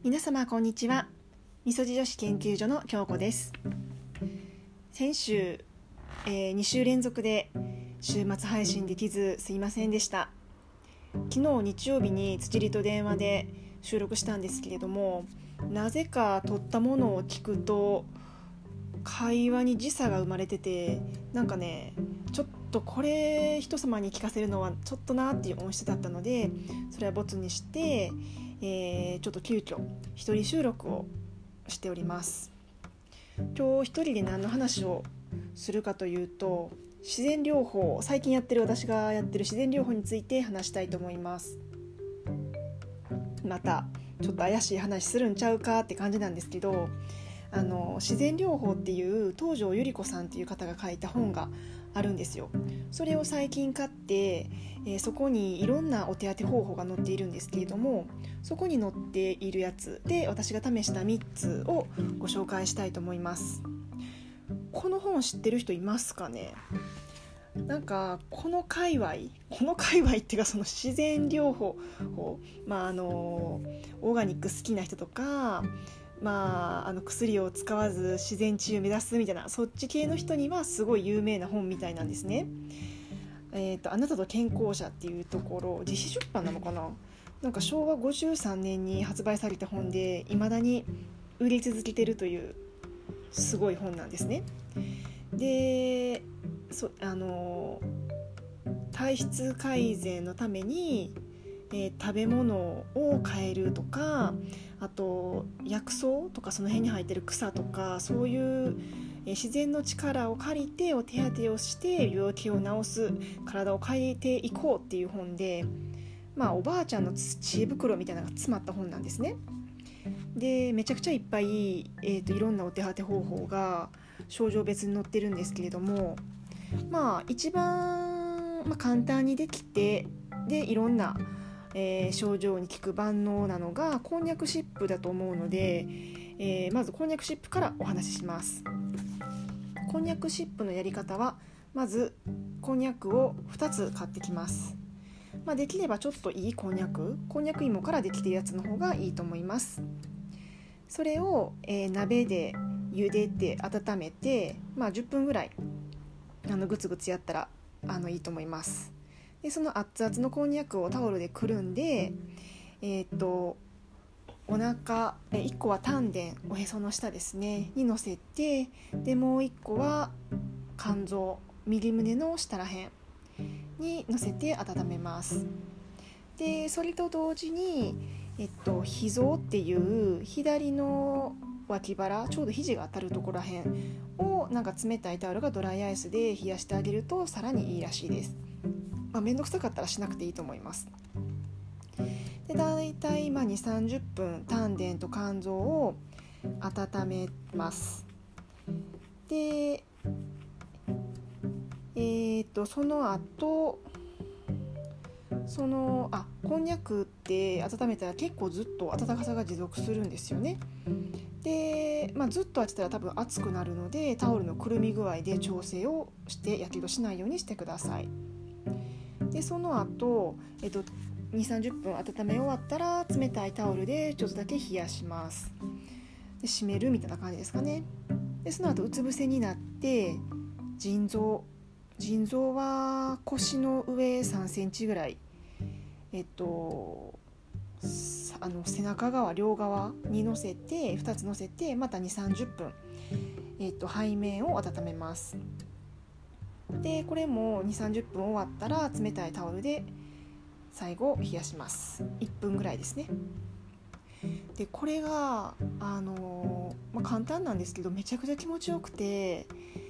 皆様こんにちは。みそじ女子研究所の京子です。先週、2週連続で週末配信できずすいませんでした。昨日日曜日に辻里と電話で収録したんですけれども、なぜか撮ったものを聞くと会話に時差が生まれてて、なんかね、ちょっとこれ人様に聞かせるのはちょっとなっていう音質だったので、それはボツにして、ちょっと急遽一人収録をしております。今日一人で何の話をするかというと、自然療法、最近私がやってる自然療法について話したいと思います。またちょっと怪しい話するんちゃうかって感じなんですけど、自然療法っていう東條百合子さんっていう方が書いた本があるんですよ。それを最近買って、そこにいろんなお手当て方法が載っているんですけれども、そこに載っているやつで私が試した3つをご紹介したいと思います。この本知ってる人いますかね。なんかこの界隈っていうか、その自然療法を、オーガニック好きな人とか、薬を使わず自然治癒を目指すみたいな、そっち系の人にはすごい有名な本みたいなんですね。あなたと健康者っていうところ、自費出版なのかな。なんか昭和53年に発売された本で、未だに売り続けてるというすごい本なんですね。で、体質改善のために、食べ物を変えるとか、あと薬草とかその辺に生えてる草とか、そういう自然の力を借りてお手当てをして病気を治す、体を変えていこうっていう本で、おばあちゃんの知恵袋みたいなのが詰まった本なんですね。で、めちゃくちゃいっぱい、いろんなお手当て方法が症状別に載ってるんですけれども、一番、簡単にできて、でいろんな、症状に効く万能なのがこんにゃく湿布だと思うので、まずこんにゃく湿布からお話しします。こんにゃく湿布のやり方は、まずこんにゃくを2つ買ってきます。できればちょっといいこんにゃく芋からできてるやつの方がいいと思います。それを、鍋で茹でて温めて、10分ぐらいグツグツやったらいいと思います。で、その熱々のこんにゃくをタオルでくるんで、お腹1個は丹田、おへその下ですねに乗せて、でもう1個は肝臓、右胸の下らへんに乗せて温めます。で、それと同時に、脾臓っていう左の脇腹、ちょうど肘が当たるところらへんを冷たいタオルがドライアイスで冷やしてあげるとさらにいいらしいです。めんどくさかったらしなくていいと思います。で、だいたい2,30 分丹田と肝臓を温めます。で、その後こんにゃくって温めたら結構ずっと温かさが持続するんですよね。で、ずっと当てたら多分熱くなるので、タオルのくるみ具合で調整をしてやけどしないようにしてください。で、その後、2,30 分温め終わったら冷たいタオルでちょっとだけ冷やします。で、締めるみたいな感じですかね。で、その後うつ伏せになって腎臓は腰の上3センチぐらい、背中側、両側に乗せて2つ乗せて、また 2,30 分、背面を温めます。で、これも 2,30 分終わったら冷たいタオルで最後冷やします。1分ぐらいですね。で、これが簡単なんですけど、めちゃくちゃ気持ちよくて、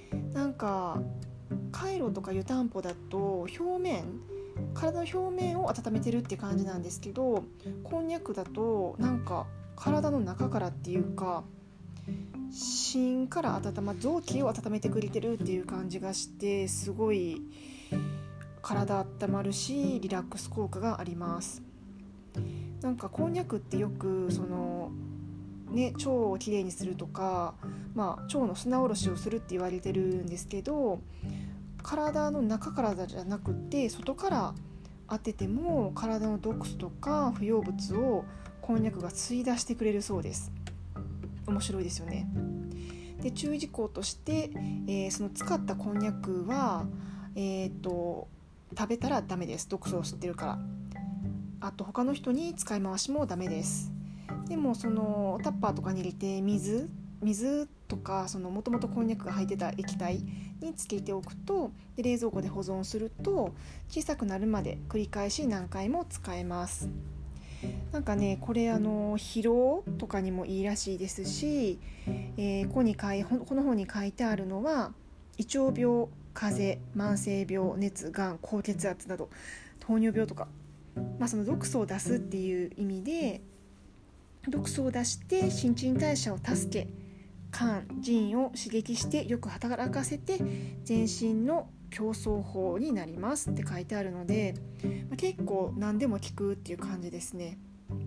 カイロとか湯たんぽだと体の表面を温めてるって感じなんですけど、こんにゃくだと体の中からっていうか、芯から臓器を温めてくれてるっていう感じがして、すごい体温まるしリラックス効果があります。こんにゃくってよく腸をきれいにするとか、腸の砂おろしをするって言われてるんですけど、体の中からじゃなくて外から当てても体の毒素とか不要物をこんにゃくが吸い出してくれるそうです。面白いですよね。で注意事項として、その使ったこんにゃくは、食べたらダメです。毒素を吸ってるから。あと他の人に使い回しもダメです。でもそのタッパーとかに入れて水とかもともとこんにゃくが入ってた液体につけておくと、で冷蔵庫で保存すると小さくなるまで繰り返し何回も使えます。なんかねこれ疲労とかにもいいらしいですし、この本に書いてあるのは胃腸病、風邪、慢性病、熱、がん、高血圧など糖尿病とか、その毒素を出すっていう意味で、毒素を出して新陳代謝を助け、肝腎を刺激してよく働かせて全身の競争法になりますって書いてあるので、結構何でも効くっていう感じですね。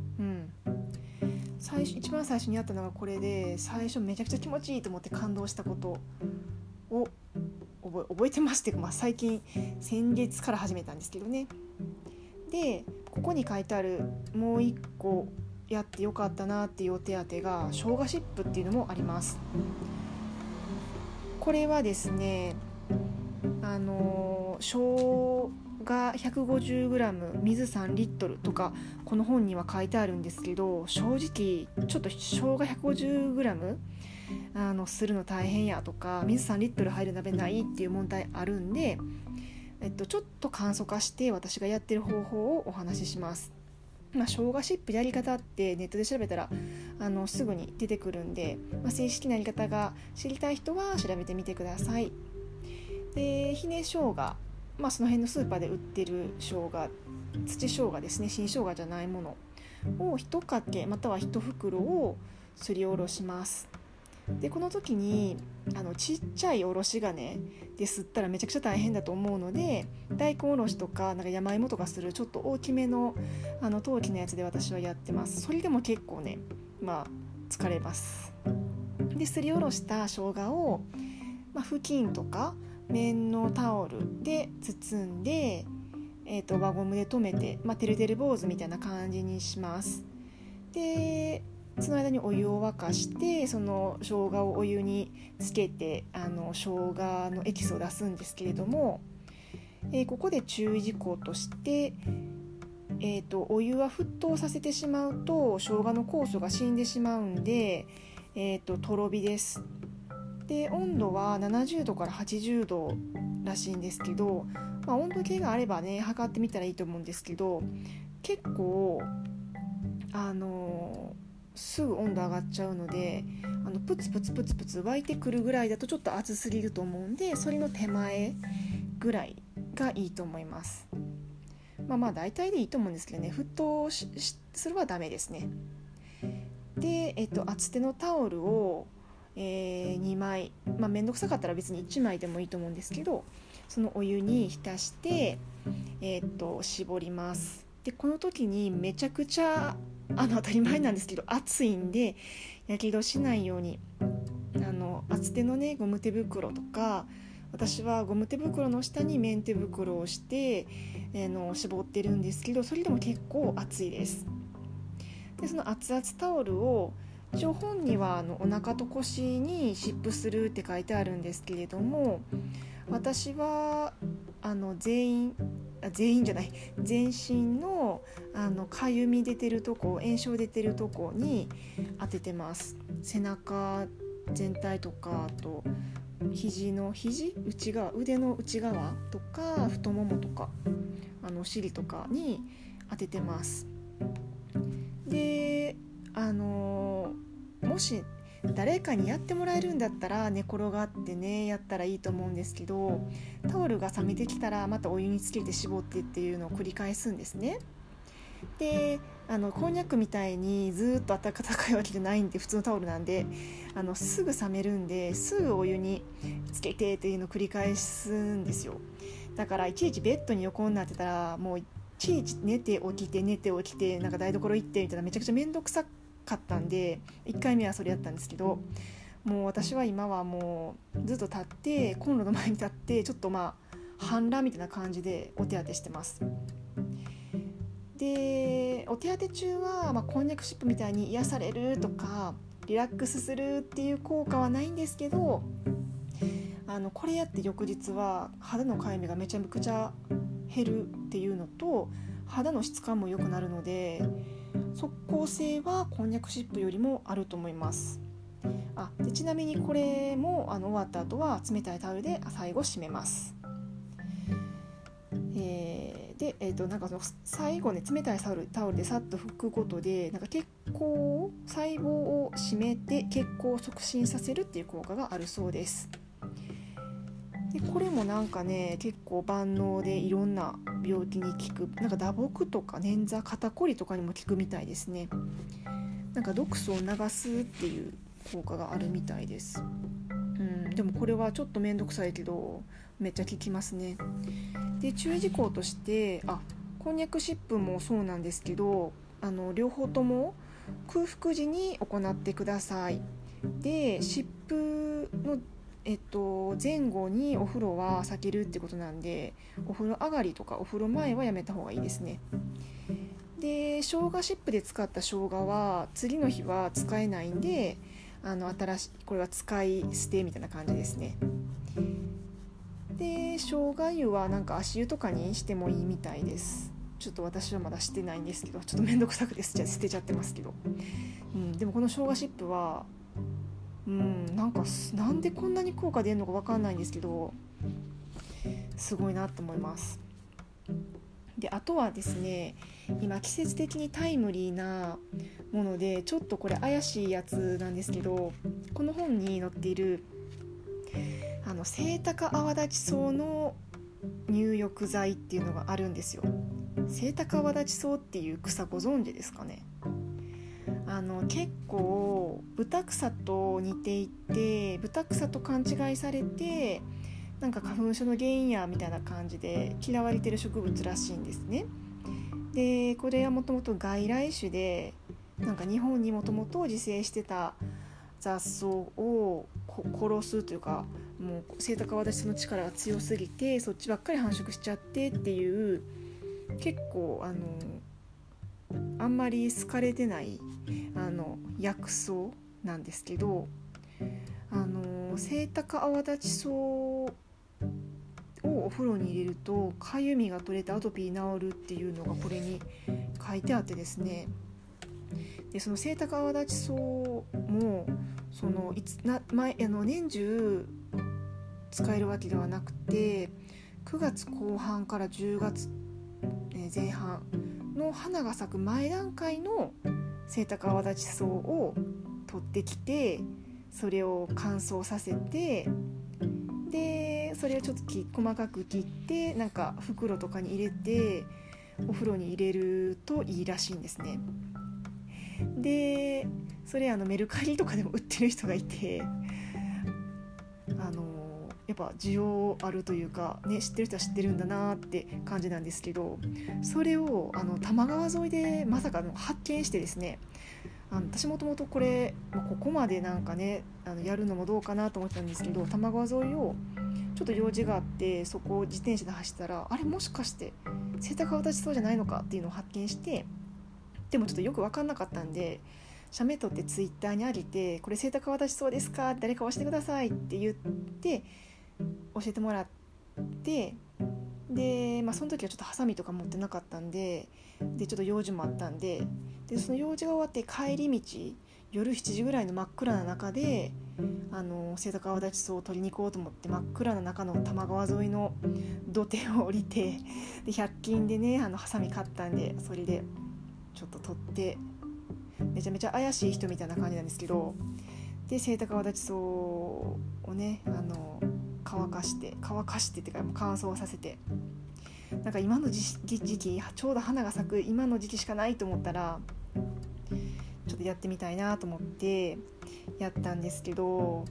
一番最初にやったのがこれで、最初めちゃくちゃ気持ちいいと思って感動したことを覚えてますっていうか、最近先月から始めたんですけどね。でここに書いてあるもう一個やってよかったなっていうお手当が生姜シップっていうのもあります。これはですね、生姜 150g 水3リットルとかこの本には書いてあるんですけど、正直ちょっと生姜 150g するの大変やとか、水3リットル入る鍋ないっていう問題あるんで、ちょっと簡素化して私がやってる方法をお話しします。生姜シップやり方ってネットで調べたらすぐに出てくるんで、正式なやり方が知りたい人は調べてみてください。でひね生姜、その辺のスーパーで売ってる生姜、土生姜ですね、新生姜じゃないものを1かけまたは1袋をすりおろします。でこの時にちっちゃいおろし金ですったらめちゃくちゃ大変だと思うので、大根おろしとか山芋とかするちょっと大きめの陶器のやつで私はやってます。それでも結構ね疲れます。ですりおろした生姜を、布巾とか綿のタオルで包んで、輪ゴムで留めて、てるてる坊主みたいな感じにします。でその間にお湯を沸かして、その生姜をお湯につけて生姜のエキスを出すんですけれども、ここで注意事項として、お湯は沸騰させてしまうと生姜の酵素が死んでしまうんで、とろ火です。で温度は70度から80度らしいんですけど、温度計があればね測ってみたらいいと思うんですけど、結構すぐ温度上がっちゃうので、プツプツプツプツ湧いてくるぐらいだとちょっと熱すぎると思うんで、それの手前ぐらいがいいと思います。大体でいいと思うんですけどね、沸騰するはダメですね。で、厚手のタオルを、2枚、めんどくさかったら別に1枚でもいいと思うんですけど、そのお湯に浸して、絞ります。でこの時にめちゃくちゃ当たり前なんですけど熱いんで、やけどしないように厚手のねゴム手袋とか、私はゴム手袋の下に綿手袋をして、絞ってるんですけど、それでも結構熱いです。でその熱々タオルを一応本にはお腹と腰に湿布するって書いてあるんですけれども、私は全身のかゆみ出てるとこ、炎症出てるとこに当ててます。背中全体とか、あと肘内側、腕の内側とか太ももとかお尻とかに当ててます。でもし誰かにやってもらえるんだったら寝転がってねやったらいいと思うんですけど、タオルが冷めてきたらまたお湯につけて絞ってっていうのを繰り返すんですね。でこんにゃくみたいにずっと温かいわけじゃないんで、普通のタオルなんですぐ冷めるんで、すぐお湯につけてっていうのを繰り返すんですよ。だからいちいちベッドに横になってたら、もういちいち寝て起きて台所行ってみたいな、めちゃくちゃめんどくさかったんで、1回目はそれやったんですけど、もう私は今はもうずっと立ってコンロの前に立ってちょっと半裸みたいな感じでお手当てしてます。 でお手当中は、こんにゃくシップみたいに癒されるとかリラックスするっていう効果はないんですけど、これやって翌日は肌のかゆみがめちゃくちゃ減るっていうのと、肌の質感も良くなるので即効性はこんにゃくシップよりもあると思います。でちなみにこれも終わった後は冷たいタオルで最後締めます。で、なんかその最後ね、冷たいタオルでさっと拭くことでなんか血行細胞を締めて血行を促進させるっていう効果があるそうです。でこれもなんかね結構万能でいろんな病気に効く、なんか打撲とか捻挫肩こりとかにも効くみたいですね。なんか毒素を流すっていう効果があるみたいです。でもこれはちょっとめんどくさいけどめっちゃ効きますね。で注意事項としてこんにゃく湿布もそうなんですけど、両方とも空腹時に行ってください。で湿布の前後にお風呂は避けるってことなんで、お風呂上がりとかお風呂前はやめた方がいいですね。で生姜湿布で使った生姜は次の日は使えないんで、これは使い捨てみたいな感じですね。で生姜湯はなんか足湯とかにしてもいいみたいです。ちょっと私はまだしてないんですけど、ちょっとめんどくさくて捨てちゃってますけど、でもこの生姜湿布はなんでこんなに効果出るのか分かんないんですけど、すごいなと思います。であとはですね、今季節的にタイムリーなものでちょっとこれ怪しいやつなんですけど、この本に載っているセイタカアワダチソウの入浴剤っていうのがあるんですよ。セイタカアワダチソウっていう草ご存知ですかね。結構ブタクサと似ていて、ブタクサと勘違いされてなんか花粉症の原因やみたいな感じで嫌われてる植物らしいんですね。でこれはもともと外来種で、なんか日本にもともと自生してた雑草を殺すというか、もうセイタカアワダチソウの力が強すぎてそっちばっかり繁殖しちゃってっていう、結構あんまり好かれてない薬草なんですけど、セイタカアワダチソウをお風呂に入れるとかゆみが取れてアトピー治るっていうのがこれに書いてあってですね。でそのセイタカアワダチソウも年中使えるわけではなくて、9月後半から10月前半の花が咲く前段階のセイタカアワダチソウを取ってきて、それを乾燥させて、でそれをちょっと細かく切ってなんか袋とかに入れてお風呂に入れるといいらしいんですね。でそれメルカリとかでも売ってる人がいて、やっぱ需要あるというか、ね、知ってる人は知ってるんだなって感じなんですけど、それを多摩川沿いでまさか発見してですね、私もともとこれここまでなんかねやるのもどうかなと思ってたんですけど、多摩川沿いをちょっと用事があってそこを自転車で走ったら、あれもしかしてセイタカアワダチソウじゃないのかっていうのを発見して、でもちょっとよく分かんなかったんで写メ撮ってツイッターに上げて、これセイタカアワダチソウですか、誰か教えてくださいって言って教えてもらって、で、その時はちょっとハサミとか持ってなかったんで、ちょっと用事もあったんで、その用事が終わって帰り道夜7時ぐらいの真っ暗な中でセイタカアワダチソウを取りに行こうと思って真っ暗な中の多摩川沿いの土手を降りて、で100均でねハサミ買ったんで、それでちょっと取って、めちゃめちゃ怪しい人みたいな感じなんですけど、でセイタカアワダチソウをね乾かしてっていうか乾燥させて、なんか今の時期ちょうど花が咲く今の時期しかないと思ったらちょっとやってみたいなと思ってやったんですけど、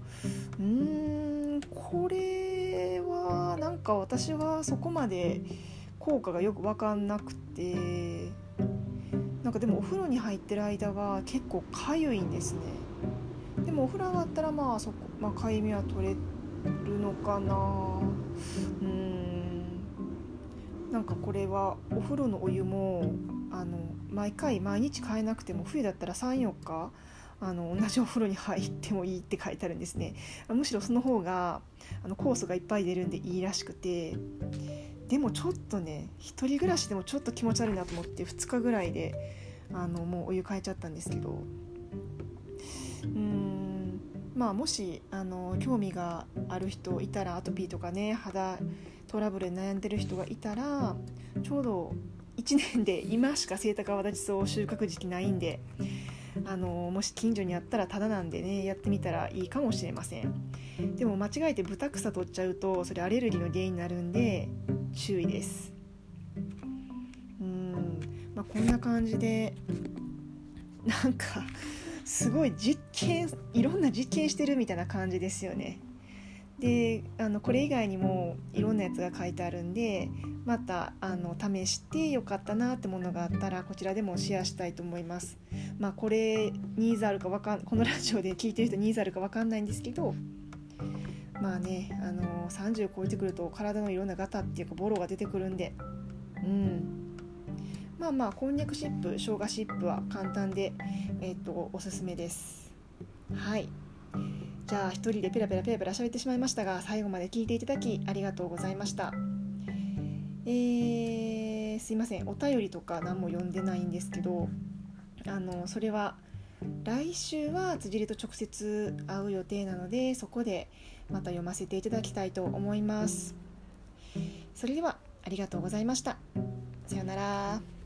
これはなんか私はそこまで効果がよく分かんなくて、なんかでもお風呂に入ってる間は結構かゆいんですね。でもお風呂上がったらかゆみは取れるのかな。 なんかこれはお風呂のお湯も毎日変えなくても、冬だったら3、4日同じお風呂に入ってもいいって書いてあるんですね。むしろその方が酵素がいっぱい出るんでいいらしくて、でもちょっとね、一人暮らしでもちょっと気持ち悪いなと思って2日ぐらいでもうお湯変えちゃったんですけど、もし興味がある人いたら、アトピーとかね、肌トラブルで悩んでる人がいたら、ちょうど1年で今しかセイタカアワダチソウ収穫時期ないんで、もし近所にあったらタダなんでね、やってみたらいいかもしれません。でも間違えてブタクサ取っちゃうと、それアレルギーの原因になるんで注意です。こんな感じで、なんかすごいいろんな実験してるみたいな感じですよね。でこれ以外にもいろんなやつが書いてあるんで、また試してよかったなってものがあったら、こちらでもシェアしたいと思います。これニーズあるかこのラジオで聞いてる人ニーズあるか分かんないんですけど、30超えてくると体のいろんなガタっていうかボロが出てくるんで、こんにゃくシップ、生姜シップは簡単で、おすすめです。はい、じゃあ一人でペラペラ喋ってしまいましたが、最後まで聞いていただきありがとうございました。すいません、お便りとか何も読んでないんですけど、それは来週は辻里と直接会う予定なので、そこでまた読ませていただきたいと思います。それではありがとうございました。さよなら。